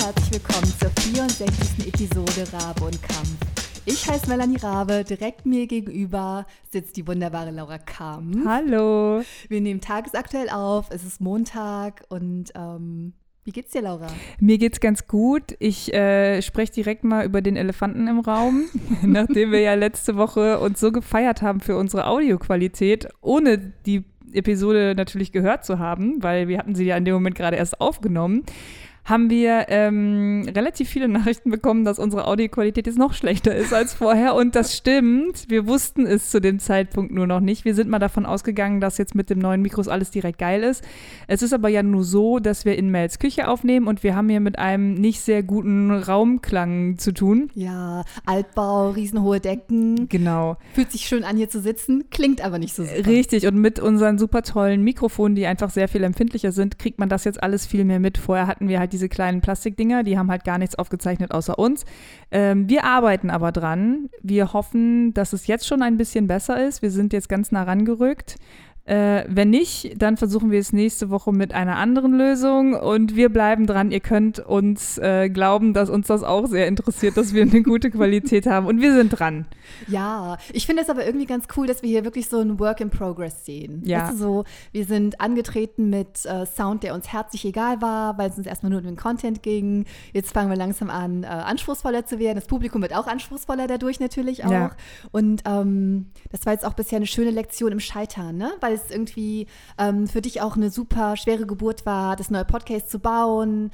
herzlich willkommen zur 64. Episode Rabe und Kampf. Ich heiße Melanie Rabe, direkt mir gegenüber sitzt die wunderbare Laura Kampf. Hallo. Wir nehmen tagesaktuell auf, es ist Montag und wie geht's dir, Laura? Mir geht's ganz gut. Ich spreche direkt mal über den Elefanten im Raum, nachdem wir ja letzte Woche uns so gefeiert haben für unsere Audioqualität, ohne die Episode natürlich gehört zu haben, weil wir hatten sie ja in dem Moment gerade erst aufgenommen, haben wir relativ viele Nachrichten bekommen, dass unsere Audioqualität jetzt noch schlechter ist als vorher. Und das stimmt. Wir wussten es zu dem Zeitpunkt nur noch nicht. Wir sind mal davon ausgegangen, dass jetzt mit dem neuen Mikros alles direkt geil ist. Es ist aber ja nur so, dass wir in Mels Küche aufnehmen und wir haben hier mit einem nicht sehr guten Raumklang zu tun. Ja, Altbau, riesenhohe Decken. Genau. Fühlt sich schön an, hier zu sitzen, klingt aber nicht so super. Richtig. Und mit unseren super tollen Mikrofonen, die einfach sehr viel empfindlicher sind, kriegt man das jetzt alles viel mehr mit. Vorher hatten wir halt diese kleinen Plastikdinger, die haben halt gar nichts aufgezeichnet außer uns. Wir arbeiten aber dran. Wir hoffen, dass es jetzt schon ein bisschen besser ist. Wir sind jetzt ganz nah rangerückt. Wenn nicht, dann versuchen wir es nächste Woche mit einer anderen Lösung und wir bleiben dran. Ihr könnt uns glauben, dass uns das auch sehr interessiert, dass wir eine gute Qualität haben und wir sind dran. Ja, ich finde es aber irgendwie ganz cool, dass wir hier wirklich so ein Work in Progress sehen. Ja. Weißt du, so, wir sind angetreten mit Sound, der uns herzlich egal war, weil es uns erstmal nur um den Content ging. Jetzt fangen wir langsam an, anspruchsvoller zu werden. Das Publikum wird auch anspruchsvoller dadurch natürlich auch. Ja. Und das war jetzt auch bisher eine schöne Lektion im Scheitern, ne? Weil es irgendwie für dich auch eine super schwere Geburt war, das neue Podcast zu bauen.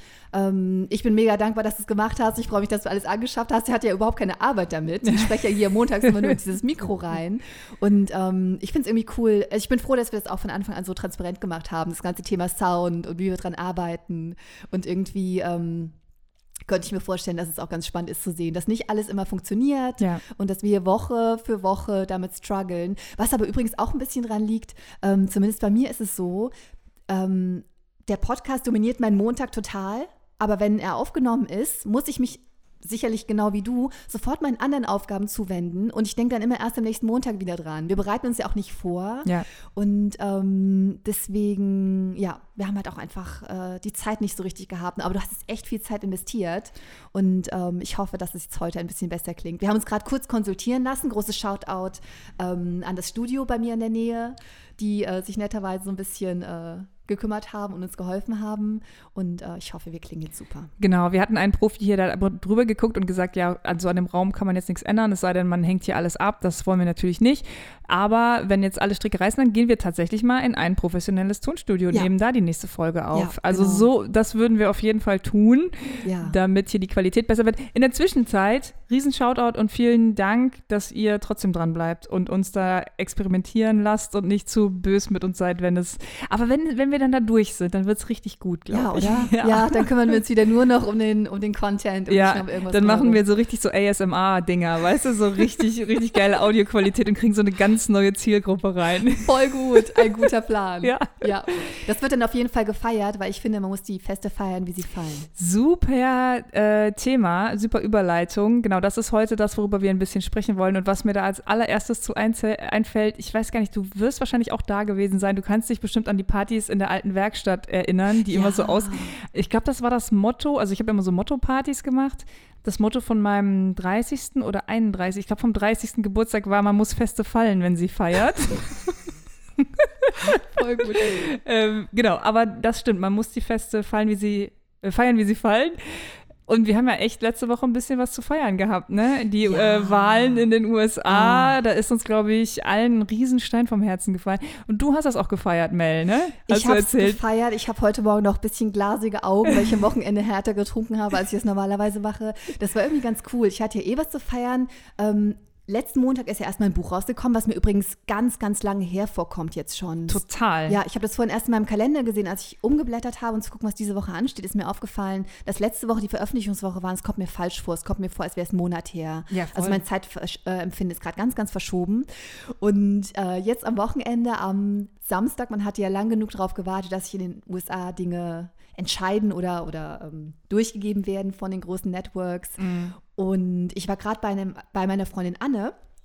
Ich bin mega dankbar, dass du es gemacht hast. Ich freue mich, dass du alles angeschafft hast. Er hat ja überhaupt keine Arbeit damit. Ich spreche ja hier montags immer nur in dieses Mikro rein. Und ich finde es irgendwie cool. Also ich bin froh, dass wir das auch von Anfang an so transparent gemacht haben. Das ganze Thema Sound und wie wir dran arbeiten. Und irgendwie könnte ich mir vorstellen, dass es auch ganz spannend ist zu sehen, dass nicht alles immer funktioniert und dass wir Woche für Woche damit strugglen. Was aber übrigens auch ein bisschen dran liegt, zumindest bei mir ist es so, der Podcast dominiert meinen Montag total, aber wenn er aufgenommen ist, muss ich mich sicherlich genau wie du, sofort meinen anderen Aufgaben zuwenden und ich denke dann immer erst am nächsten Montag wieder dran. Wir bereiten uns ja auch nicht vor und deswegen, ja, wir haben halt auch einfach die Zeit nicht so richtig gehabt, aber du hast jetzt echt viel Zeit investiert und ich hoffe, dass es jetzt heute ein bisschen besser klingt. Wir haben uns gerade kurz konsultieren lassen, großes Shoutout an das Studio bei mir in der Nähe, die sich netterweise so ein bisschen gekümmert haben und uns geholfen haben und ich hoffe, wir klingen jetzt super. Genau, wir hatten einen Profi hier, der hat drüber geguckt und gesagt, ja, also an dem Raum kann man jetzt nichts ändern, es sei denn, man hängt hier alles ab, das wollen wir natürlich nicht, aber wenn jetzt alle Stricke reißen, dann gehen wir tatsächlich mal in ein professionelles Tonstudio und nehmen da die nächste Folge auf. Ja, also so, das würden wir auf jeden Fall tun, damit hier die Qualität besser wird. In der Zwischenzeit, riesen Shoutout und vielen Dank, dass ihr trotzdem dran bleibt und uns da experimentieren lasst und nicht zu böse mit uns seid, aber wenn wir dann da durch sind, dann wird es richtig gut, glaube ich. Oder? Ja, dann kümmern wir uns wieder nur noch um den Content. Und ja, dann machen wir so richtig so ASMR-Dinger, weißt du, so richtig, richtig geile Audioqualität und kriegen so eine ganz neue Zielgruppe rein. Voll gut, ein guter Plan. Ja. Das wird dann auf jeden Fall gefeiert, weil ich finde, man muss die Feste feiern, wie sie fallen. Super Thema, super Überleitung. Genau, das ist heute das, worüber wir ein bisschen sprechen wollen und was mir da als allererstes zu einfällt, ich weiß gar nicht, du wirst wahrscheinlich auch da gewesen sein, du kannst dich bestimmt an die Partys in der alten Werkstatt erinnern, die immer so ich glaube, das war das Motto, also ich habe immer so Motto-Partys gemacht. Das Motto von meinem 30. oder 31., ich glaube vom 30. Geburtstag war, man muss Feste fallen, wenn sie feiert. Voll gut. Genau, aber das stimmt, man muss die Feste feiern, wie sie fallen. Und wir haben ja echt letzte Woche ein bisschen was zu feiern gehabt, ne? Die Wahlen in den USA, da ist uns, glaube ich, allen ein Riesenstein vom Herzen gefallen. Und du hast das auch gefeiert, Mel, ne? Ich habe es gefeiert. Ich habe heute Morgen noch ein bisschen glasige Augen, weil ich am Wochenende härter getrunken habe, als ich es normalerweise mache. Das war irgendwie ganz cool. Ich hatte ja was zu feiern. Letzten Montag ist ja erst mein Buch rausgekommen, was mir übrigens ganz, ganz lange her vorkommt jetzt schon. Total. Ja, ich habe das vorhin erst in meinem Kalender gesehen, als ich umgeblättert habe und zu gucken, was diese Woche ansteht, ist mir aufgefallen, dass letzte Woche die Veröffentlichungswoche war. Es kommt mir falsch vor. Es kommt mir vor, als wäre es ein Monat her. Ja, voll. Also mein Zeitempfinden ist gerade ganz, ganz verschoben. Und jetzt am Wochenende, am Samstag, man hatte ja lang genug darauf gewartet, dass sich in den USA Dinge entscheiden oder durchgegeben werden von den großen Networks. Und ich war gerade bei meiner Freundin Anne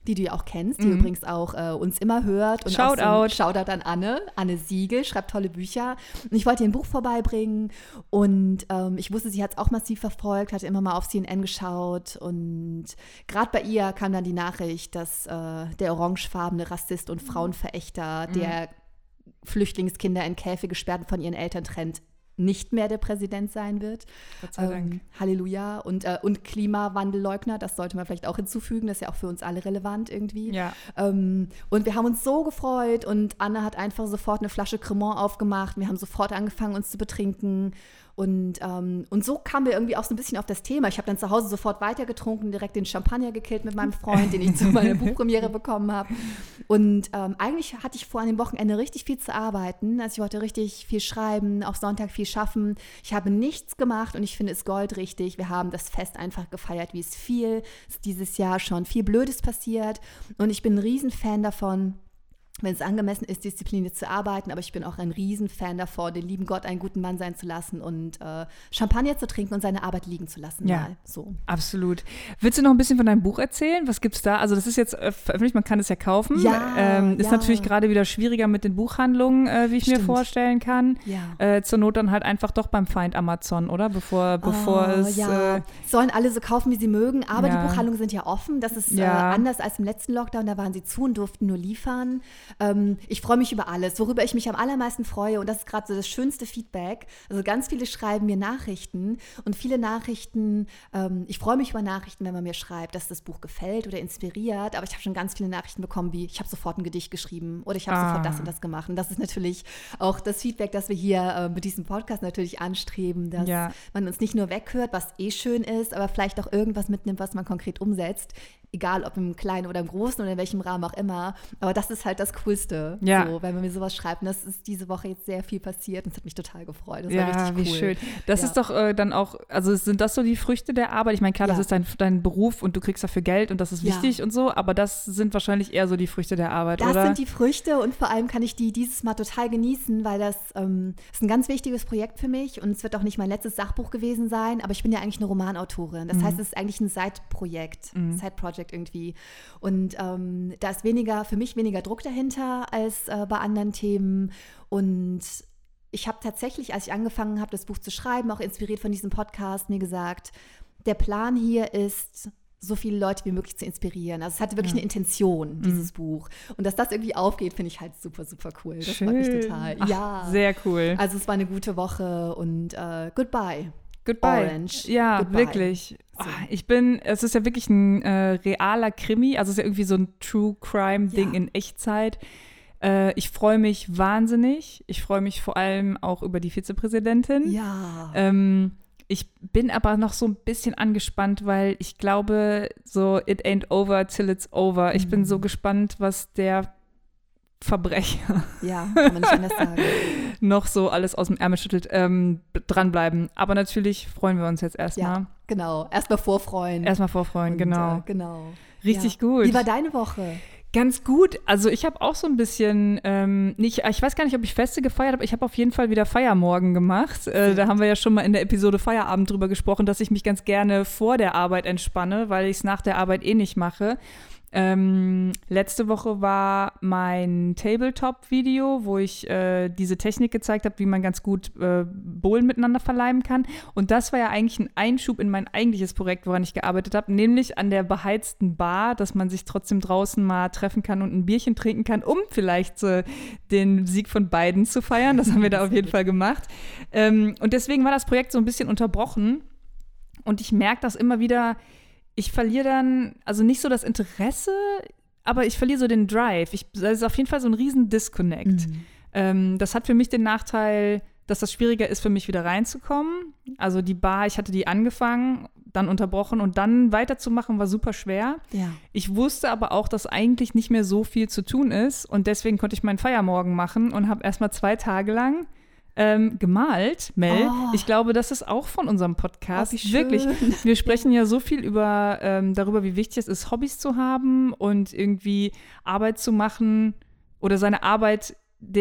die du ja auch kennst, die übrigens auch uns immer hört. Und Shoutout an Anne Siegel, schreibt tolle Bücher. Und ich wollte ihr ein Buch vorbeibringen und ich wusste, sie hat es auch massiv verfolgt, hatte immer mal auf CNN geschaut und gerade bei ihr kam dann die Nachricht, dass der orangefarbene Rassist und Frauenverächter, der Flüchtlingskinder in Käfige sperrt und von ihren Eltern trennt, nicht mehr der Präsident sein wird. Gott sei Dank. Halleluja. Und Klimawandelleugner, das sollte man vielleicht auch hinzufügen, das ist ja auch für uns alle relevant irgendwie. Ja. Und wir haben uns so gefreut und Anne hat einfach sofort eine Flasche Cremant aufgemacht. Wir haben sofort angefangen, uns zu betrinken. Und so kamen wir irgendwie auch so ein bisschen auf das Thema. Ich habe dann zu Hause sofort weitergetrunken, direkt den Champagner gekillt mit meinem Freund, den ich zu meiner Buchpremiere bekommen habe. Und eigentlich hatte ich vor, an dem Wochenende richtig viel zu arbeiten. Also ich wollte richtig viel schreiben, auch Sonntag viel schaffen. Ich habe nichts gemacht und ich finde es goldrichtig. Wir haben das Fest einfach gefeiert, wie es fiel. Es ist dieses Jahr schon viel Blödes passiert. Und ich bin ein Riesenfan davon, wenn es angemessen ist, diszipliniert zu arbeiten, aber ich bin auch ein Riesenfan davor, den lieben Gott einen guten Mann sein zu lassen und Champagner zu trinken und seine Arbeit liegen zu lassen. Ja, mal. So. Absolut. Willst du noch ein bisschen von deinem Buch erzählen? Was gibt's da? Also das ist jetzt veröffentlicht, man kann es ja kaufen. Ist natürlich gerade wieder schwieriger mit den Buchhandlungen, wie ich mir vorstellen kann. Ja. Zur Not dann halt einfach doch beim Feind Amazon, oder? Bevor es... Sollen alle so kaufen, wie sie mögen, aber die Buchhandlungen sind ja offen. Das ist anders als im letzten Lockdown, da waren sie zu und durften nur liefern. Ich freue mich über alles, worüber ich mich am allermeisten freue und das ist gerade so das schönste Feedback. Also ganz viele schreiben mir Nachrichten und viele Nachrichten, ich freue mich über Nachrichten, wenn man mir schreibt, dass das Buch gefällt oder inspiriert, aber ich habe schon ganz viele Nachrichten bekommen, wie ich habe sofort ein Gedicht geschrieben oder ich habe sofort das und das gemacht und das ist natürlich auch das Feedback, das wir hier mit diesem Podcast natürlich anstreben, dass man uns nicht nur weghört, was schön ist, aber vielleicht auch irgendwas mitnimmt, was man konkret umsetzt. Egal, ob im Kleinen oder im Großen oder in welchem Rahmen auch immer. Aber das ist halt das Coolste, so, wenn man mir sowas schreibt. Und das ist diese Woche jetzt sehr viel passiert und es hat mich total gefreut. Das war richtig cool. Wie schön. Das ist doch dann auch, also sind das so die Früchte der Arbeit? Ich meine, klar, das ist dein Beruf und du kriegst dafür Geld und das ist wichtig und so, aber das sind wahrscheinlich eher so die Früchte der Arbeit, oder? Das sind die Früchte und vor allem kann ich die dieses Mal total genießen, weil das ist ein ganz wichtiges Projekt für mich und es wird auch nicht mein letztes Sachbuch gewesen sein, aber ich bin ja eigentlich eine Romanautorin. Das heißt, es ist eigentlich ein Side-Projekt, Side-Project irgendwie. Und da ist für mich weniger Druck dahinter als bei anderen Themen. Und ich habe tatsächlich, als ich angefangen habe, das Buch zu schreiben, auch inspiriert von diesem Podcast, mir gesagt, der Plan hier ist, so viele Leute wie möglich zu inspirieren. Also es hatte wirklich eine Intention, dieses Buch. Und dass das irgendwie aufgeht, finde ich halt super, super cool. Das freut mich total. Ach, sehr cool. Also es war eine gute Woche und goodbye. Goodbye. Orange. Ja, Goodbye. Wirklich. So. Es ist ja wirklich ein realer Krimi, also es ist ja irgendwie so ein True-Crime-Ding in Echtzeit. Ich freue mich wahnsinnig. Ich freue mich vor allem auch über die Vizepräsidentin. Ja. Ich bin aber noch so ein bisschen angespannt, weil ich glaube, so it ain't over till it's over. Ich bin so gespannt, was der Verbrecher kann man nicht anders sagen. noch so alles aus dem Ärmel schüttelt, dranbleiben. Aber natürlich freuen wir uns jetzt erstmal. Ja, genau. Erstmal vorfreuen, genau. Genau. Richtig gut. Wie war deine Woche? Ganz gut. Also ich habe auch so ein bisschen, ich weiß gar nicht, ob ich Feste gefeiert habe. Ich habe auf jeden Fall wieder Feiermorgen gemacht. Da haben wir ja schon mal in der Episode Feierabend drüber gesprochen, dass ich mich ganz gerne vor der Arbeit entspanne, weil ich es nach der Arbeit nicht mache. Letzte Woche war mein Tabletop-Video, wo ich diese Technik gezeigt habe, wie man ganz gut Bohlen miteinander verleimen kann. Und das war ja eigentlich ein Einschub in mein eigentliches Projekt, woran ich gearbeitet habe, nämlich an der beheizten Bar, dass man sich trotzdem draußen mal treffen kann und ein Bierchen trinken kann, um vielleicht den Sieg von Biden zu feiern. Das haben wir da auf jeden Fall gemacht. Und deswegen war das Projekt so ein bisschen unterbrochen. Und ich merke das immer wieder. Ich verliere dann, also nicht so das Interesse, aber ich verliere so den Drive. Das ist auf jeden Fall so ein riesen Disconnect. Das hat für mich den Nachteil, dass das schwieriger ist, für mich wieder reinzukommen. Also die Bar, ich hatte die angefangen, dann unterbrochen und dann weiterzumachen, war super schwer. Ja. Ich wusste aber auch, dass eigentlich nicht mehr so viel zu tun ist und deswegen konnte ich meinen Feiermorgen machen und habe erstmal 2 Tage lang gemalt, Mel. Oh. Ich glaube, das ist auch von unserem Podcast. Wie schön. Wirklich. Wir sprechen ja so viel darüber, wie wichtig es ist, Hobbys zu haben und irgendwie Arbeit zu machen oder seine Arbeit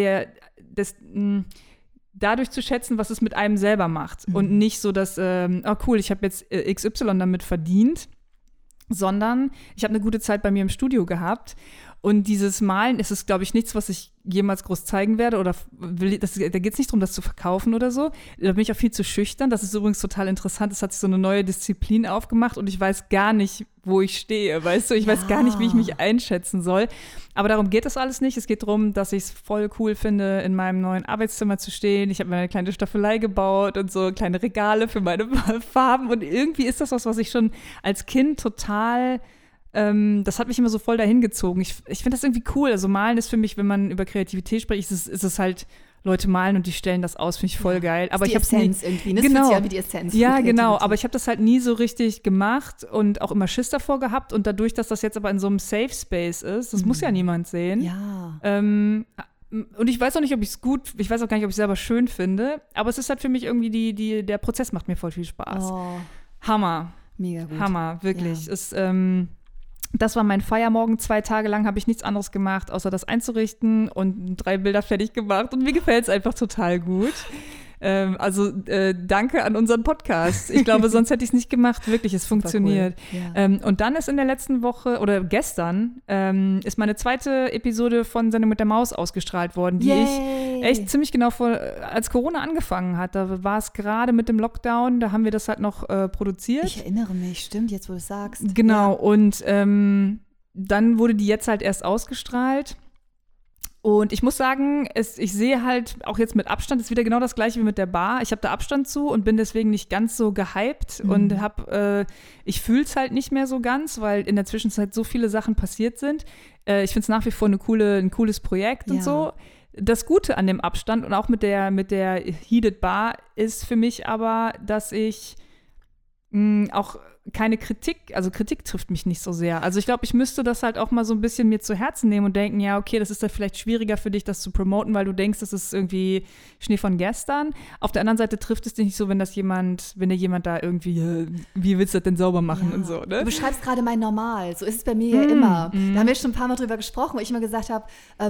dadurch zu schätzen, was es mit einem selber macht. Und nicht so, dass, cool, ich habe jetzt XY damit verdient. sondern ich habe eine gute Zeit bei mir im Studio gehabt. Und dieses Malen ist es, glaube ich, nichts, was ich jemals groß zeigen werde oder da geht es nicht darum, das zu verkaufen oder so. Da bin ich auch viel zu schüchtern. Das ist übrigens total interessant. Es hat sich so eine neue Disziplin aufgemacht und ich weiß gar nicht, wo ich stehe, weißt du? Ich weiß gar nicht, wie ich mich einschätzen soll. Aber darum geht es alles nicht. Es geht darum, dass ich es voll cool finde, in meinem neuen Arbeitszimmer zu stehen. Ich habe mir eine kleine Staffelei gebaut und so kleine Regale für meine Farben. Und irgendwie ist das was ich schon als Kind total das hat mich immer so voll dahin gezogen. Ich finde das irgendwie cool. Also malen ist für mich, wenn man über Kreativität spricht, ist es halt, Leute malen und die stellen das aus, finde ich voll geil. Aber ich habe Essenz irgendwie, ne? Genau. Das ist ja wie die Essenz. Ja, genau. Aber ich habe das halt nie so richtig gemacht und auch immer Schiss davor gehabt. Und dadurch, dass das jetzt aber in so einem Safe Space ist, das muss ja niemand sehen. Ja. Und ich weiß auch nicht, ob ich es ich weiß auch gar nicht, ob ich es selber schön finde. Aber es ist halt für mich irgendwie der Prozess macht mir voll viel Spaß. Oh. Hammer. Mega gut. Hammer, wirklich. Ja. Das war mein Feiermorgen. 2 Tage lang habe ich nichts anderes gemacht, außer das einzurichten und 3 Bilder fertig gemacht. Und mir gefällt es einfach total gut. Danke an unseren Podcast. Ich glaube, sonst hätte ich es nicht gemacht. Wirklich, es funktioniert. Cool. Ja. Und dann ist in der letzten Woche oder gestern ist meine 2. Episode von Sendung mit der Maus ausgestrahlt worden, die ich echt ziemlich genau als Corona angefangen hat. Da war es gerade mit dem Lockdown, da haben wir das halt noch produziert. Ich erinnere mich, stimmt, jetzt wo du es sagst. Genau, ja. Und dann wurde die jetzt halt erst ausgestrahlt. Und ich muss sagen, ich sehe halt auch jetzt mit Abstand, ist wieder genau das Gleiche wie mit der Bar. Ich habe da Abstand zu und bin deswegen nicht ganz so gehypt und ich fühle es halt nicht mehr so ganz, weil in der Zwischenzeit so viele Sachen passiert sind. Ich finde es nach wie vor ein cooles Projekt und so. Das Gute an dem Abstand und auch mit der Heated Bar ist für mich aber, dass ich auch keine Kritik trifft mich nicht so sehr. Also ich glaube, ich müsste das halt auch mal so ein bisschen mir zu Herzen nehmen und denken, ja, okay, das ist dann vielleicht schwieriger für dich, das zu promoten, weil du denkst, das ist irgendwie Schnee von gestern. Auf der anderen Seite trifft es dich nicht so, wenn dir jemand da irgendwie, wie willst du das denn sauber machen und so, ne? Du beschreibst gerade mein Normal, so ist es bei mir ja immer. Da haben wir schon ein paar Mal drüber gesprochen, wo ich immer gesagt habe,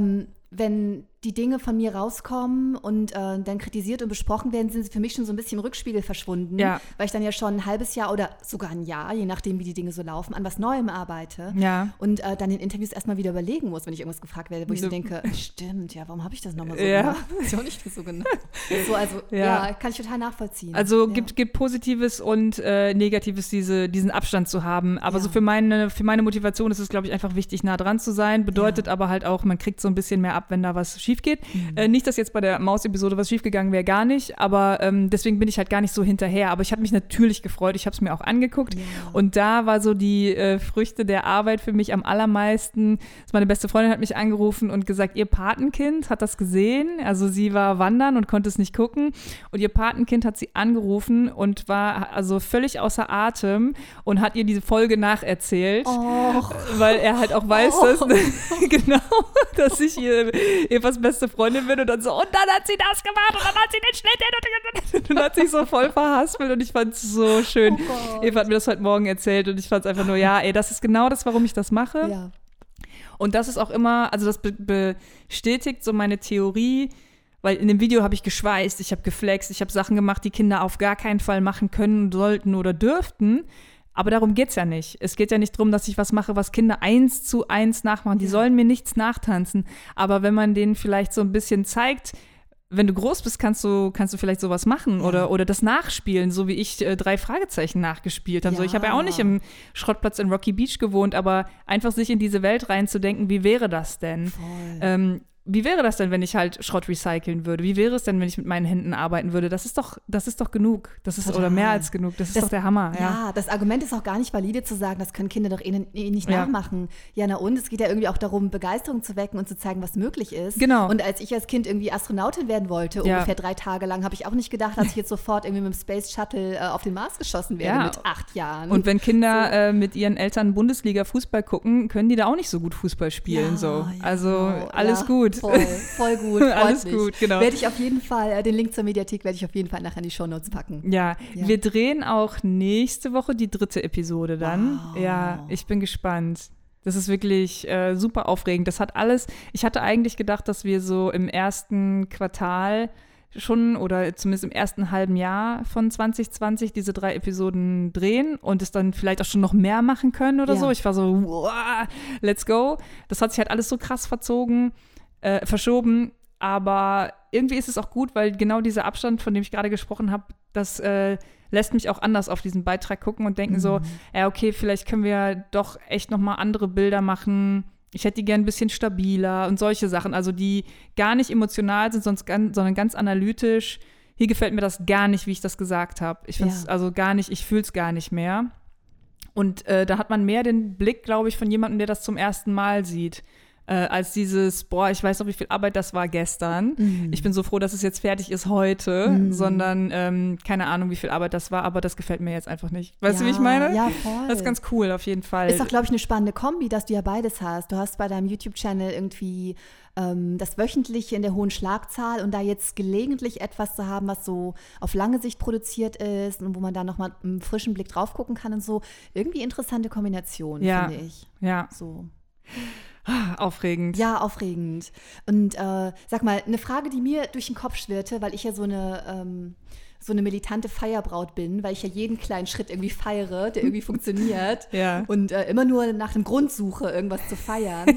wenn die Dinge von mir rauskommen und dann kritisiert und besprochen werden, sind sie für mich schon so ein bisschen im Rückspiegel verschwunden, weil ich dann ja schon ein halbes Jahr oder sogar ein Jahr, je nachdem, wie die Dinge so laufen, an was Neuem arbeite und dann in Interviews erstmal wieder überlegen muss, wenn ich irgendwas gefragt werde, wo ich so denke, stimmt, warum habe ich das nochmal so gemacht? Das ist ja auch nicht so genau. Kann ich total nachvollziehen. Also gibt Positives und Negatives, diesen Abstand zu haben, aber so für meine Motivation ist es, glaube ich, einfach wichtig, nah dran zu sein, bedeutet aber halt auch, man kriegt so ein bisschen mehr ab, wenn da was schief geht. Nicht, dass jetzt bei der Maus-Episode was schiefgegangen wäre, gar nicht, aber deswegen bin ich halt gar nicht so hinterher. Aber ich habe mich natürlich gefreut, ich habe es mir auch angeguckt und da war so die Früchte der Arbeit für mich am allermeisten. Meine beste Freundin hat mich angerufen und gesagt, ihr Patenkind hat das gesehen, also sie war wandern und konnte es nicht gucken und ihr Patenkind hat sie angerufen und war also völlig außer Atem und hat ihr diese Folge nacherzählt, weil er halt auch weiß, dass ich Evas beste Freundin bin und dann so, und dann hat sie das gemacht und dann hat sie den Schnitt und hat sich so voll verhaspelt und ich fand es so schön. Eva hat mir das heute Morgen erzählt und ich fand es einfach nur, das ist genau das, warum ich das mache. Ja. Und das ist auch immer, also das bestätigt so meine Theorie, weil in dem Video habe ich geschweißt, ich habe geflext, ich habe Sachen gemacht, die Kinder auf gar keinen Fall machen können, sollten oder dürften. Aber darum geht's ja nicht. Es geht ja nicht darum, dass ich was mache, was Kinder 1:1 nachmachen. Die sollen mir nichts nachtanzen. Aber wenn man denen vielleicht so ein bisschen zeigt, wenn du groß bist, kannst du vielleicht sowas machen oder das nachspielen, so wie ich 3 Fragezeichen nachgespielt habe. So, ich habe ja auch nicht im Schrottplatz in Rocky Beach gewohnt, aber einfach sich in diese Welt reinzudenken, wie wäre das denn? Wie wäre das denn, wenn ich halt Schrott recyceln würde? Wie wäre es denn, wenn ich mit meinen Händen arbeiten würde? Das ist doch genug. Das ist oder mehr als genug. Das ist doch der Hammer. Ja, das Argument ist auch gar nicht valide zu sagen, das können Kinder doch nicht nachmachen. Ja, und es geht ja irgendwie auch darum, Begeisterung zu wecken und zu zeigen, was möglich ist. Genau. Und als ich als Kind irgendwie Astronautin werden wollte, ungefähr 3 Tage lang, habe ich auch nicht gedacht, dass ich jetzt sofort irgendwie mit dem Space Shuttle auf den Mars geschossen werde mit 8 Jahren. Und wenn Kinder mit ihren Eltern Bundesliga-Fußball gucken, können die da auch nicht so gut Fußball spielen. Alles gut. Voll gut. Alles gut, genau. Werde ich auf jeden Fall, den Link zur Mediathek werde ich auf jeden Fall nachher in die Shownotes packen. Ja, wir drehen auch nächste Woche die 3. Episode dann. Wow. Ja, ich bin gespannt. Das ist wirklich super aufregend. Ich hatte eigentlich gedacht, dass wir so im ersten Quartal schon oder zumindest im ersten halben Jahr von 2020 diese 3 Episoden drehen und es dann vielleicht auch schon noch mehr machen können oder so. Ich war so, wow, let's go. Das hat sich halt alles so krass verschoben, aber irgendwie ist es auch gut, weil genau dieser Abstand, von dem ich gerade gesprochen habe, das lässt mich auch anders auf diesen Beitrag gucken und denken so, ja okay, vielleicht können wir doch echt nochmal andere Bilder machen. Ich hätte die gern ein bisschen stabiler und solche Sachen, also die gar nicht emotional sind, sondern ganz analytisch. Hier gefällt mir das gar nicht, wie ich das gesagt habe. Ich finde es also gar nicht, ich fühle es gar nicht mehr. Und da hat man mehr den Blick, glaube ich, von jemandem, der das zum ersten Mal sieht, als dieses, boah, ich weiß noch, wie viel Arbeit das war gestern. Ich bin so froh, dass es jetzt fertig ist heute, sondern keine Ahnung, wie viel Arbeit das war, aber das gefällt mir jetzt einfach nicht. Weißt du, wie ich meine? Ja, voll. Das ist ganz cool, auf jeden Fall. Ist doch, glaube ich, eine spannende Kombi, dass du ja beides hast. Du hast bei deinem YouTube-Channel irgendwie das Wöchentliche in der hohen Schlagzahl und da jetzt gelegentlich etwas zu haben, was so auf lange Sicht produziert ist und wo man da nochmal einen frischen Blick drauf gucken kann und so. Irgendwie interessante Kombination, finde ich. Ja. So. Aufregend. Ja, aufregend. Und sag mal, eine Frage, die mir durch den Kopf schwirrte, weil ich ja so eine militante Feierbraut bin, weil ich ja jeden kleinen Schritt irgendwie feiere, der irgendwie funktioniert und immer nur nach einem Grund suche, irgendwas zu feiern.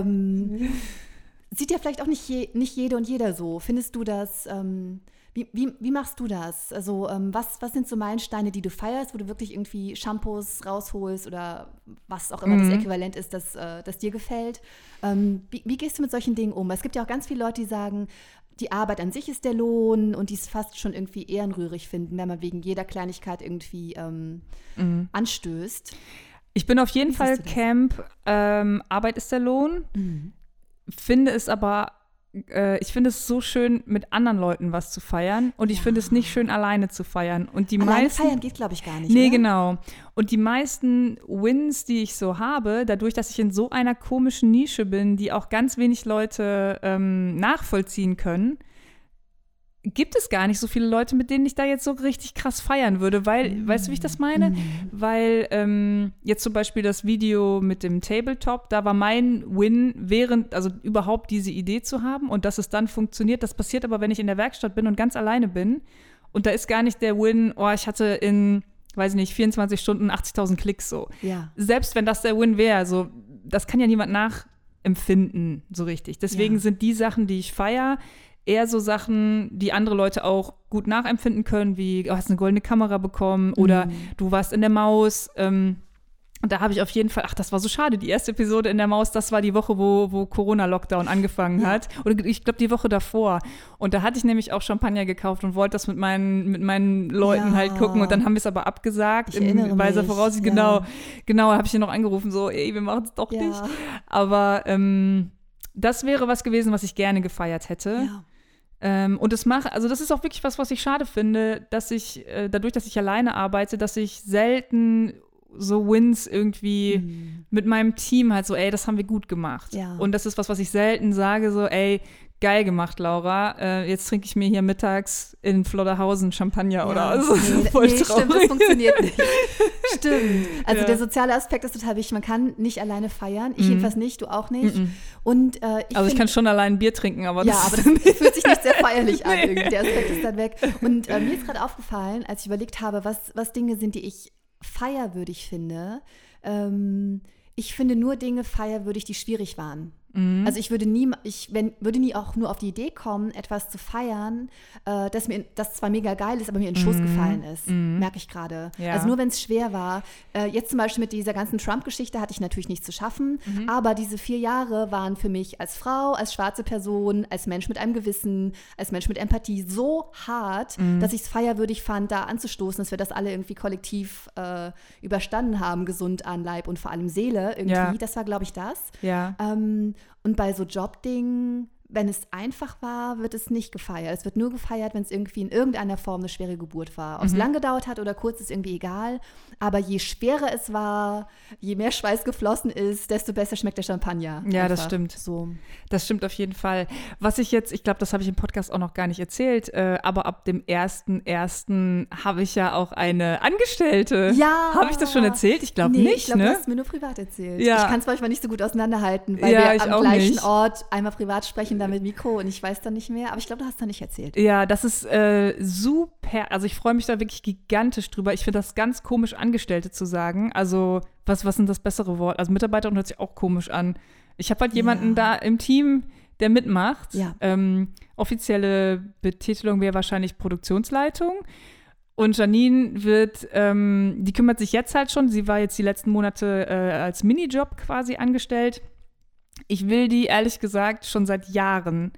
Sieht ja vielleicht auch nicht jede und jeder so. Findest du das, wie machst du das? Also was sind so Meilensteine, die du feierst, wo du wirklich irgendwie Shampoos rausholst oder was auch immer das Äquivalent ist, das dir gefällt? Wie gehst du mit solchen Dingen um? Es gibt ja auch ganz viele Leute, die sagen, die Arbeit an sich ist der Lohn und die es fast schon irgendwie ehrenrührig finden, wenn man wegen jeder Kleinigkeit irgendwie anstößt. Ich bin auf jeden Fall Camp, Arbeit ist der Lohn. Finde es aber ich finde es so schön, mit anderen Leuten was zu feiern und ich finde es nicht schön, alleine zu feiern. Und die alleine meisten, feiern geht, glaube ich, gar nicht. Nee, oder? Genau. Und die meisten Wins, die ich so habe, dadurch, dass ich in so einer komischen Nische bin, die auch ganz wenig Leute nachvollziehen können, gibt es gar nicht so viele Leute, mit denen ich da jetzt so richtig krass feiern würde, weil, weißt du, wie ich das meine? Weil jetzt zum Beispiel das Video mit dem Tabletop, da war mein Win, also überhaupt diese Idee zu haben und dass es dann funktioniert. Das passiert aber, wenn ich in der Werkstatt bin und ganz alleine bin und da ist gar nicht der Win, oh, ich hatte in, weiß ich nicht, 24 Stunden 80.000 Klicks so. Ja. Selbst wenn das der Win wäre, so, das kann ja niemand nachempfinden so richtig. Deswegen sind die Sachen, die ich feiere, eher so Sachen, die andere Leute auch gut nachempfinden können, wie du hast eine goldene Kamera bekommen oder du warst in der Maus. Und da habe ich auf jeden Fall, das war so schade, die erste Episode in der Maus, das war die Woche, wo Corona-Lockdown angefangen hat. Oder ich glaube, die Woche davor. Und da hatte ich nämlich auch Champagner gekauft und wollte das mit meinen Leuten halt gucken. Und dann haben wir es aber abgesagt. In weiser Voraussicht. Genau, habe ich ihn noch angerufen, so, ey, wir machen es doch nicht. Aber das wäre was gewesen, was ich gerne gefeiert hätte. Ja. Und das ist auch wirklich was ich schade finde, dass ich, dadurch, dass ich alleine arbeite, dass ich selten so Wins irgendwie mit meinem Team halt so, ey, das haben wir gut gemacht. Ja. Und das ist was ich selten sage, so, ey, geil gemacht, Laura. Jetzt trinke ich mir hier mittags in Flodderhausen Champagner oder so. Voll traurig. Stimmt, das funktioniert nicht. Stimmt. Also der soziale Aspekt ist total wichtig. Man kann nicht alleine feiern. Ich jedenfalls nicht, du auch nicht. Und ich kann schon allein ein Bier trinken, aber das fühlt sich nicht sehr feierlich an. Irgendwie. Der Aspekt ist dann weg. Und mir ist gerade aufgefallen, als ich überlegt habe, was Dinge sind, die ich feierwürdig finde. Ich finde nur Dinge feierwürdig, die schwierig waren. Also ich würde nie auch nur auf die Idee kommen, etwas zu feiern, das zwar mega geil ist, aber mir in den Schoß gefallen ist, merke ich gerade. Ja. Also nur wenn es schwer war. Jetzt zum Beispiel mit dieser ganzen Trump-Geschichte hatte ich natürlich nichts zu schaffen, aber diese 4 Jahre waren für mich als Frau, als schwarze Person, als Mensch mit einem Gewissen, als Mensch mit Empathie so hart, dass ich es feierwürdig fand, da anzustoßen, dass wir das alle irgendwie kollektiv überstanden haben, gesund an Leib und vor allem Seele irgendwie. Ja. Das war, glaube ich, das. Ja. Und bei so Jobdingen, wenn es einfach war, wird es nicht gefeiert. Es wird nur gefeiert, wenn es irgendwie in irgendeiner Form eine schwere Geburt war. Ob es lang gedauert hat oder kurz, ist irgendwie egal. Aber je schwerer es war, je mehr Schweiß geflossen ist, desto besser schmeckt der Champagner. Ja, einfach. Das stimmt. So. Das stimmt auf jeden Fall. Was ich jetzt, ich glaube, das habe ich im Podcast auch noch gar nicht erzählt, aber ab dem 1.1. habe ich ja auch eine Angestellte. Ja. Habe ich das schon erzählt? Ich glaube nicht, ich glaube, du hast mir nur privat erzählt. Ja. Ich kann es manchmal nicht so gut auseinanderhalten, weil wir am gleichen Ort einmal privat sprechen da mit Mikro und ich weiß dann nicht mehr, aber ich glaube, du hast da nicht erzählt. Ja, das ist super, also ich freue mich da wirklich gigantisch drüber. Ich finde das ganz komisch, Angestellte zu sagen. Also was sind das bessere Wort? Also Mitarbeiterin hört sich auch komisch an. Ich habe halt jemanden da im Team, der mitmacht. Ja. Offizielle Betitelung wäre wahrscheinlich Produktionsleitung. Und Janine die kümmert sich jetzt halt schon, sie war jetzt die letzten Monate als Minijob quasi angestellt. Ich will die, ehrlich gesagt, schon seit Jahren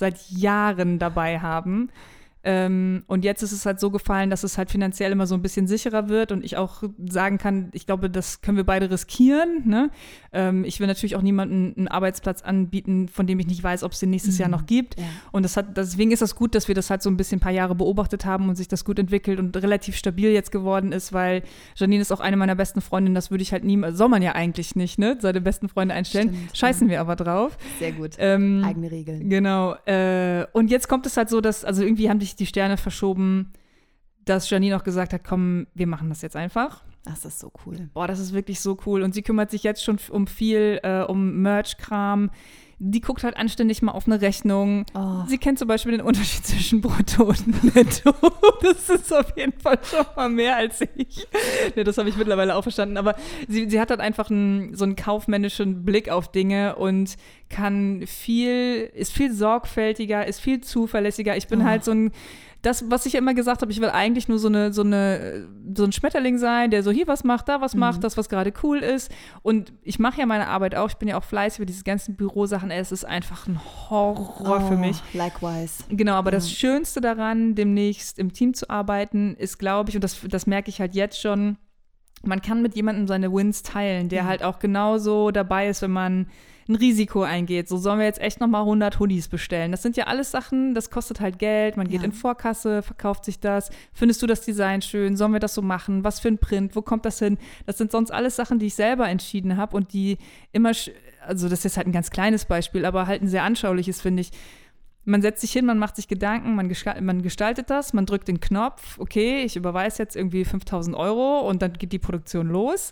dabei haben. Und jetzt ist es halt so gefallen, dass es halt finanziell immer so ein bisschen sicherer wird und ich auch sagen kann, ich glaube, das können wir beide riskieren. Ne? Ich will natürlich auch niemandem einen Arbeitsplatz anbieten, von dem ich nicht weiß, ob es den nächstes Jahr noch gibt. Ja. Und deswegen ist das gut, dass wir das halt so ein bisschen ein paar Jahre beobachtet haben und sich das gut entwickelt und relativ stabil jetzt geworden ist, weil Janine ist auch eine meiner besten Freundinnen, das würde ich halt soll man ja eigentlich nicht, ne? Seine besten Freunde einstellen. Stimmt, scheißen wir aber drauf. Sehr gut. Eigene Regeln. Genau. Und jetzt kommt es halt so, dass, also irgendwie haben die Sterne verschoben, dass Janine auch gesagt hat, komm, wir machen das jetzt einfach. Das ist so cool. Boah, das ist wirklich so cool. Und sie kümmert sich jetzt schon um viel, um Merch-Kram. Die guckt halt anständig mal auf eine Rechnung. Oh. Sie kennt zum Beispiel den Unterschied zwischen Brutto und Netto. Das ist auf jeden Fall schon mal mehr als ich. Ja, das habe ich mittlerweile auch verstanden. Aber sie hat halt einfach so einen kaufmännischen Blick auf Dinge und ist viel sorgfältiger, ist viel zuverlässiger. Ich bin halt das, was ich immer gesagt habe, ich will eigentlich nur so ein Schmetterling sein, der so hier was macht, da was macht, das, was gerade cool ist. Und ich mache ja meine Arbeit auch, ich bin ja auch fleißig für diese ganzen Bürosachen. Es ist einfach ein Horror für mich. Likewise. Genau, aber das Schönste daran, demnächst im Team zu arbeiten, ist, glaube ich, und das merke ich halt jetzt schon, man kann mit jemandem seine Wins teilen, der halt auch genauso dabei ist, wenn man ein Risiko eingeht. So sollen wir jetzt echt nochmal 100 Hoodies bestellen. Das sind ja alles Sachen, das kostet halt Geld. Man geht in Vorkasse, verkauft sich das. Findest du das Design schön? Sollen wir das so machen? Was für ein Print? Wo kommt das hin? Das sind sonst alles Sachen, die ich selber entschieden habe und die immer, also das ist jetzt halt ein ganz kleines Beispiel, aber halt ein sehr anschauliches, finde ich. Man setzt sich hin, man macht sich Gedanken, man gestaltet das, man drückt den Knopf, okay, ich überweise jetzt irgendwie 5.000 € und dann geht die Produktion los.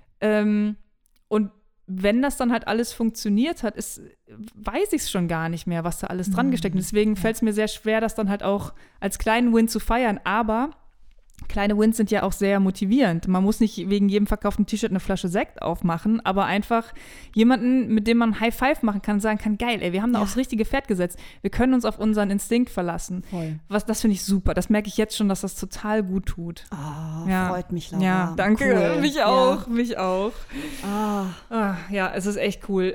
Und wenn das dann halt alles funktioniert hat, weiß ich es schon gar nicht mehr, was da alles dran gesteckt ist. Deswegen fällt es mir sehr schwer, das dann halt auch als kleinen Win zu feiern. Aber kleine Wins sind ja auch sehr motivierend. Man muss nicht wegen jedem verkauften T-Shirt eine Flasche Sekt aufmachen, aber einfach jemanden, mit dem man High Five machen kann, sagen kann, geil, ey, wir haben da aufs richtige Pferd gesetzt. Wir können uns auf unseren Instinkt verlassen. Voll. Das finde ich super. Das merke ich jetzt schon, dass das total gut tut. Freut mich, Laura. Ja, danke. Cool. Mich auch. Ja, es ist echt cool.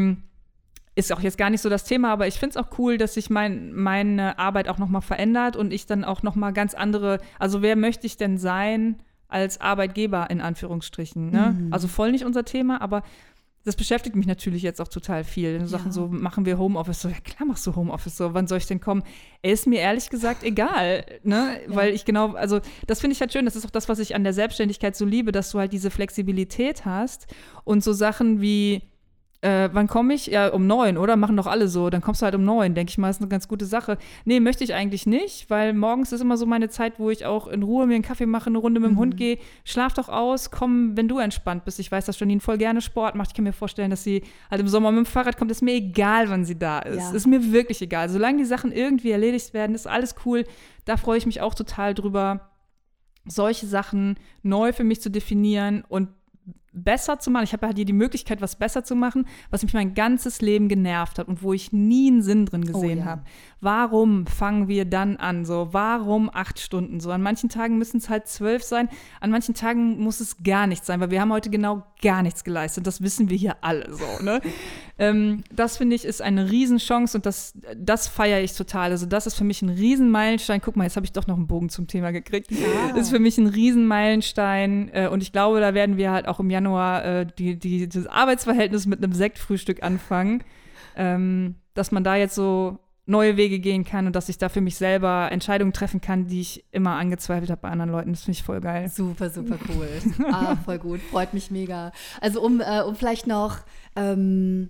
Ist auch jetzt gar nicht so das Thema, aber ich finde es auch cool, dass sich meine Arbeit auch nochmal verändert und ich dann auch nochmal ganz andere, also wer möchte ich denn sein als Arbeitgeber in Anführungsstrichen, ne? Also voll nicht unser Thema, aber das beschäftigt mich natürlich jetzt auch total viel. Sachen so, machen wir Homeoffice? So, ja klar machst du Homeoffice, so, wann soll ich denn kommen? Ist mir ehrlich gesagt egal, ne? Weil ich also das finde ich halt schön, das ist auch das, was ich an der Selbstständigkeit so liebe, dass du halt diese Flexibilität hast und so Sachen wie wann komme ich? Ja, um 9, oder? Machen doch alle so. Dann kommst du halt um 9, denke ich mal, ist eine ganz gute Sache. Nee, möchte ich eigentlich nicht, weil morgens ist immer so meine Zeit, wo ich auch in Ruhe mir einen Kaffee mache, eine Runde mit dem Hund gehe. Schlaf doch aus, komm, wenn du entspannt bist. Ich weiß, dass Janine voll gerne Sport macht. Ich kann mir vorstellen, dass sie halt im Sommer mit dem Fahrrad kommt. Ist mir egal, wann sie da ist. Ja. Ist mir wirklich egal. Solange die Sachen irgendwie erledigt werden, ist alles cool. Da freue ich mich auch total drüber, solche Sachen neu für mich zu definieren und besser zu machen. Ich habe halt hier die Möglichkeit, was besser zu machen, was mich mein ganzes Leben genervt hat und wo ich nie einen Sinn drin gesehen habe. Warum fangen wir dann an? So, warum 8 Stunden? So, an manchen Tagen müssen es halt 12 sein, an manchen Tagen muss es gar nichts sein, weil wir haben heute genau gar nichts geleistet. Das wissen wir hier alle so, ne? Das, finde ich, ist eine Riesenchance und das feiere ich total. Also das ist für mich ein Riesenmeilenstein. Guck mal, jetzt habe ich doch noch einen Bogen zum Thema gekriegt. Ja. Das ist für mich ein Riesenmeilenstein und ich glaube, da werden wir halt auch im Januar das Arbeitsverhältnis mit einem Sektfrühstück anfangen, dass man da jetzt so neue Wege gehen kann und dass ich da für mich selber Entscheidungen treffen kann, die ich immer angezweifelt habe bei anderen Leuten. Das finde ich voll geil. Super, super cool. Voll gut. Freut mich mega. Also um vielleicht noch einen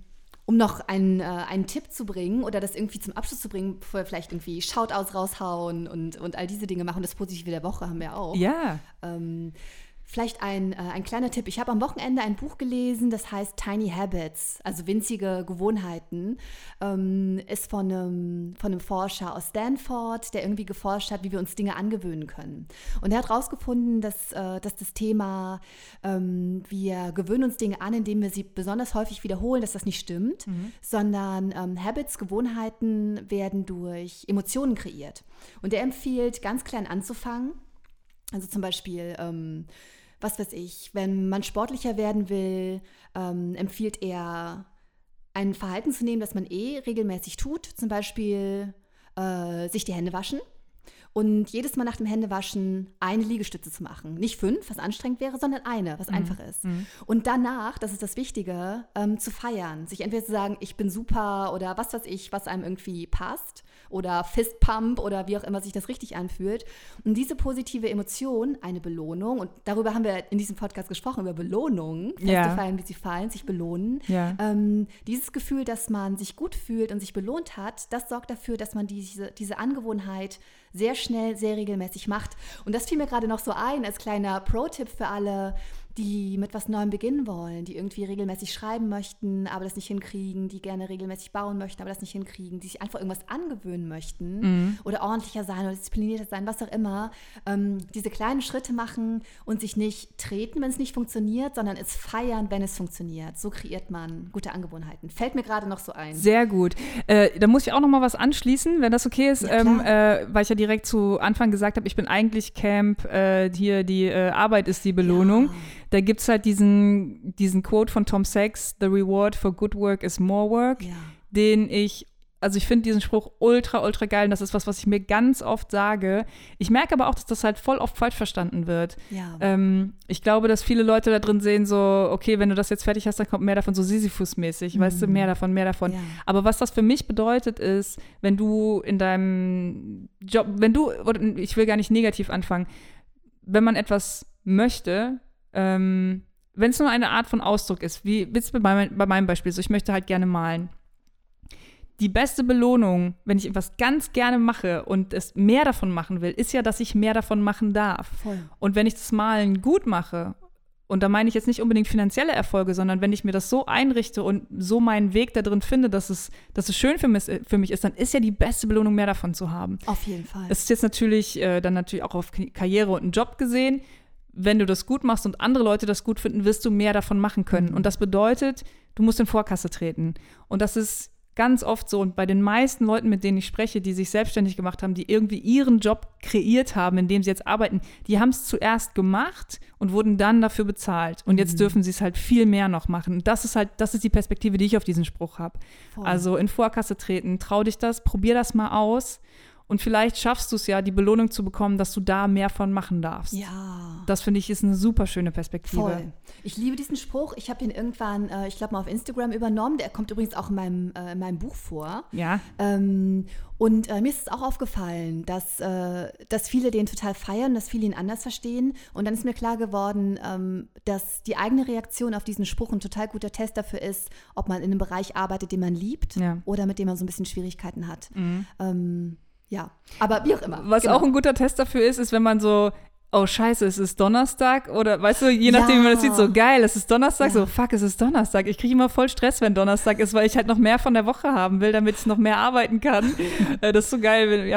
Tipp zu bringen oder das irgendwie zum Abschluss zu bringen, bevor wir vielleicht irgendwie Shoutouts raushauen und all diese Dinge machen. Das Positive der Woche haben wir auch. Ja. Vielleicht ein kleiner Tipp. Ich habe am Wochenende ein Buch gelesen, das heißt Tiny Habits, also winzige Gewohnheiten. Ist von einem Forscher aus Stanford, der irgendwie geforscht hat, wie wir uns Dinge angewöhnen können. Und er hat herausgefunden, dass das Thema, wir gewöhnen uns Dinge an, indem wir sie besonders häufig wiederholen, dass das nicht stimmt, sondern Habits, Gewohnheiten werden durch Emotionen kreiert. Und er empfiehlt, ganz klein anzufangen. Also zum Beispiel, was weiß ich, wenn man sportlicher werden will, empfiehlt er, ein Verhalten zu nehmen, das man regelmäßig tut. Zum Beispiel sich die Hände waschen. Und jedes Mal nach dem Händewaschen eine Liegestütze zu machen. Nicht 5, was anstrengend wäre, sondern eine, was einfach ist. Und danach, das ist das Wichtige, zu feiern. Sich entweder zu sagen, ich bin super oder was weiß ich, was einem irgendwie passt. Oder Fistpump oder wie auch immer sich das richtig anfühlt. Und diese positive Emotion, eine Belohnung, und darüber haben wir in diesem Podcast gesprochen, über Belohnungen, Feste feiern, wie sie fallen, sich belohnen. Ja. Dieses Gefühl, dass man sich gut fühlt und sich belohnt hat, das sorgt dafür, dass man diese Angewohnheit sehr schnell, sehr regelmäßig macht. Und das fiel mir gerade noch so ein als kleiner Pro-Tipp für alle, die mit was Neuem beginnen wollen, die irgendwie regelmäßig schreiben möchten, aber das nicht hinkriegen, die gerne regelmäßig bauen möchten, aber das nicht hinkriegen, die sich einfach irgendwas angewöhnen möchten oder ordentlicher sein oder disziplinierter sein, was auch immer, diese kleinen Schritte machen und sich nicht treten, wenn es nicht funktioniert, sondern es feiern, wenn es funktioniert. So kreiert man gute Angewohnheiten. Fällt mir gerade noch so ein. Sehr gut. Da muss ich auch noch mal was anschließen, wenn das okay ist, weil ich ja direkt zu Anfang gesagt habe, ich bin eigentlich Camp, hier die Arbeit ist die Belohnung. Ja. Da gibt es halt diesen Quote von Tom Sachs, "The reward for good work is more work", den ich finde diesen Spruch ultra, ultra geil. Und das ist was ich mir ganz oft sage. Ich merke aber auch, dass das halt voll oft falsch verstanden wird. Ja. Ich glaube, dass viele Leute da drin sehen so, okay, wenn du das jetzt fertig hast, dann kommt mehr davon, so Sisyphus-mäßig, weißt du, mehr davon. Ja. Aber was das für mich bedeutet ist, wenn du in deinem Job, ich will gar nicht negativ anfangen, wenn man etwas möchte, wenn es nur eine Art von Ausdruck ist, wie jetzt bei meinem Beispiel, so ich möchte halt gerne malen. Die beste Belohnung, wenn ich etwas ganz gerne mache und es mehr davon machen will, ist ja, dass ich mehr davon machen darf. Voll. Und wenn ich das Malen gut mache, und da meine ich jetzt nicht unbedingt finanzielle Erfolge, sondern wenn ich mir das so einrichte und so meinen Weg da drin finde, dass es schön für mich ist, dann ist ja die beste Belohnung, mehr davon zu haben. Auf jeden Fall. Es ist jetzt natürlich auch auf Karriere und einen Job gesehen. Wenn du das gut machst und andere Leute das gut finden, wirst du mehr davon machen können. Und das bedeutet, du musst in Vorkasse treten. Und das ist ganz oft so. Und bei den meisten Leuten, mit denen ich spreche, die sich selbstständig gemacht haben, die irgendwie ihren Job kreiert haben, in dem sie jetzt arbeiten, die haben es zuerst gemacht und wurden dann dafür bezahlt. Und jetzt dürfen sie es halt viel mehr noch machen. Und das ist die Perspektive, die ich auf diesen Spruch habe. Also in Vorkasse treten, trau dich das, probier das mal aus. Und vielleicht schaffst du es ja, die Belohnung zu bekommen, dass du da mehr von machen darfst. Ja. Das, finde ich, ist eine super schöne Perspektive. Voll. Ich liebe diesen Spruch. Ich habe ihn irgendwann, ich glaube mal auf Instagram übernommen. Der kommt übrigens auch in meinem Buch vor. Ja. Und mir ist es auch aufgefallen, dass viele den total feiern, dass viele ihn anders verstehen. Und dann ist mir klar geworden, dass die eigene Reaktion auf diesen Spruch ein total guter Test dafür ist, ob man in einem Bereich arbeitet, den man liebt oder mit dem man so ein bisschen Schwierigkeiten hat. Ja, aber wie auch immer. Was auch ein guter Test dafür ist, wenn man so, oh scheiße, es ist Donnerstag oder weißt du, je nachdem, wie man das sieht, so geil, es ist Donnerstag, so fuck, es ist Donnerstag. Ich kriege immer voll Stress, wenn Donnerstag ist, weil ich halt noch mehr von der Woche haben will, damit ich noch mehr arbeiten kann. Das ist so geil,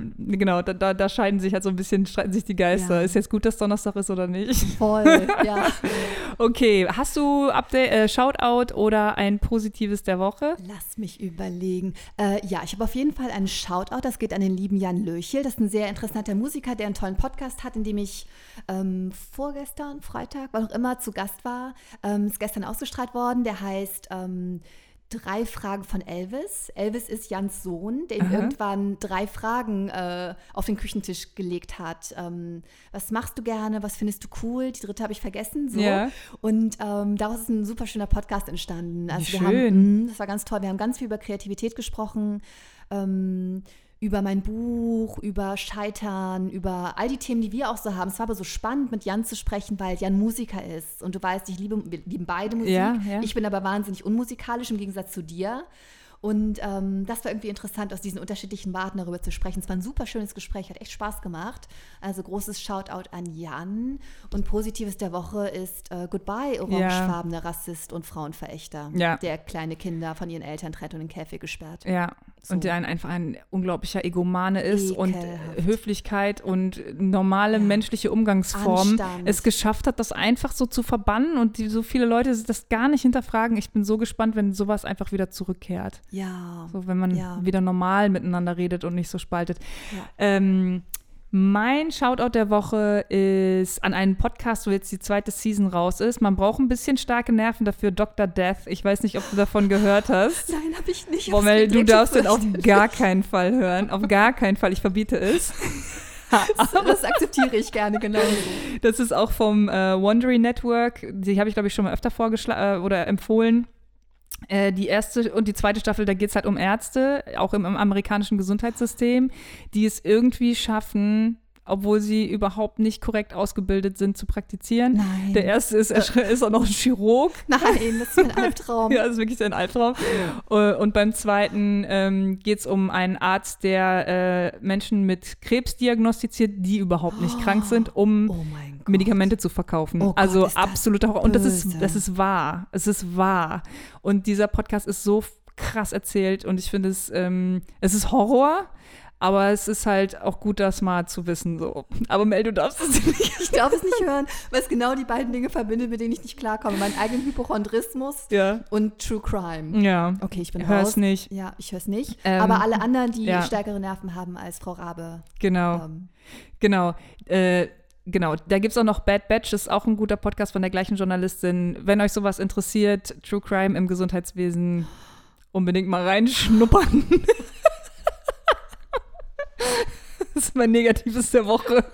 da streiten sich die Geister. Ist jetzt gut, dass Donnerstag ist oder nicht? Voll, ja. Okay, hast du Shoutout oder ein Positives der Woche? Lass mich überlegen. Ja, ich habe auf jeden Fall einen Shoutout, das geht an den lieben Jan Löchel. Das ist ein sehr interessanter Musiker, der einen tollen Podcast hat, in dem ich vorgestern, Freitag, wann auch immer, zu Gast war. Ist gestern ausgestrahlt worden. Der heißt 3 Fragen von Elvis. Elvis ist Jans Sohn, der ihm irgendwann 3 Fragen auf den Küchentisch gelegt hat. Was machst du gerne? Was findest du cool? Die 3. habe ich vergessen. So. Ja. Und daraus ist ein super schöner Podcast entstanden. Also das war ganz toll. Wir haben ganz viel über Kreativität gesprochen. Über mein Buch, über Scheitern, über all die Themen, die wir auch so haben. Es war aber so spannend, mit Jan zu sprechen, weil Jan Musiker ist. Und du weißt, wir lieben beide Musik. Ja. Ich bin aber wahnsinnig unmusikalisch im Gegensatz zu dir. Und das war irgendwie interessant, aus diesen unterschiedlichen Warten darüber zu sprechen. Es war ein super schönes Gespräch, hat echt Spaß gemacht. Also großes Shoutout an Jan. Und Positives der Woche ist Goodbye, orangefarbener Rassist und Frauenverächter, der kleine Kinder von ihren Eltern trennt und in den Käfig gesperrt. Ja, so. Und der einfach ein unglaublicher Egomane ist und Höflichkeit und normale menschliche Umgangsformen es geschafft hat, das einfach so zu verbannen und so viele Leute das gar nicht hinterfragen. Ich bin so gespannt, wenn sowas einfach wieder zurückkehrt. Ja. So, wenn man wieder normal miteinander redet und nicht so spaltet. Ja. Mein Shoutout der Woche ist an einen Podcast, wo jetzt die 2. Season raus ist. Man braucht ein bisschen starke Nerven dafür, Dr. Death. Ich weiß nicht, ob du davon gehört hast. Nein, habe ich nicht. Mel, du darfst den auf gar keinen Fall hören. Auf gar keinen Fall. Ich verbiete es. Das akzeptiere ich gerne, genau. Das ist auch vom Wondery Network. Die habe ich, glaube ich, schon mal öfter oder empfohlen. Die 1. und die 2. Staffel, da geht es halt um Ärzte, auch im amerikanischen Gesundheitssystem, die es irgendwie schaffen, obwohl sie überhaupt nicht korrekt ausgebildet sind, zu praktizieren. Nein. Der erste ist auch noch ein Chirurg. Nein, das ist ein Albtraum. Ja, das ist wirklich ein Albtraum. Und beim zweiten geht es um einen Arzt, der Menschen mit Krebs diagnostiziert, die überhaupt nicht krank sind, um Medikamente zu verkaufen. Oh Gott, also absoluter Horror. Und das ist wahr. Es ist wahr. Und dieser Podcast ist so krass erzählt und ich finde es ist Horror. Aber es ist halt auch gut, das mal zu wissen. So. Aber Mel, du darfst es nicht. Ich darf es nicht hören, weil es genau die beiden Dinge verbindet, mit denen ich nicht klarkomme. Meinen eigenen Hypochondrismus und True Crime. Ja. Okay, ich bin raus. Hör's nicht. Ja, ich höre es nicht. Aber alle anderen, die stärkere Nerven haben als Frau Rabe. Genau. Genau, da gibt es auch noch Bad Batch, das ist auch ein guter Podcast von der gleichen Journalistin. Wenn euch sowas interessiert, True Crime im Gesundheitswesen, unbedingt mal reinschnuppern. Das ist mein Negatives der Woche.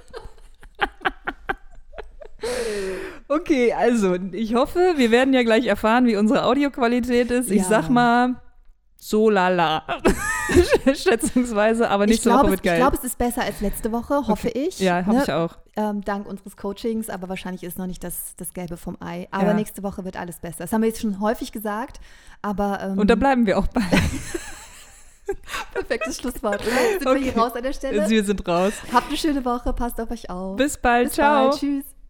Okay, also ich hoffe, wir werden ja gleich erfahren, wie unsere Audioqualität ist. Ich sag mal, so lala. Schätzungsweise, aber nächste Woche wird geil. Ich glaube, es ist besser als letzte Woche, hoffe ich. Ja, hoffe ich auch. Dank unseres Coachings, aber wahrscheinlich ist noch nicht das Gelbe vom Ei. Aber nächste Woche wird alles besser. Das haben wir jetzt schon häufig gesagt, aber und da bleiben wir auch bei. Perfektes Schlusswort, oder? Sind wir hier raus an der Stelle? Wir sind raus. Habt eine schöne Woche, passt auf euch auf. Bis bald, ciao. Bald, tschüss.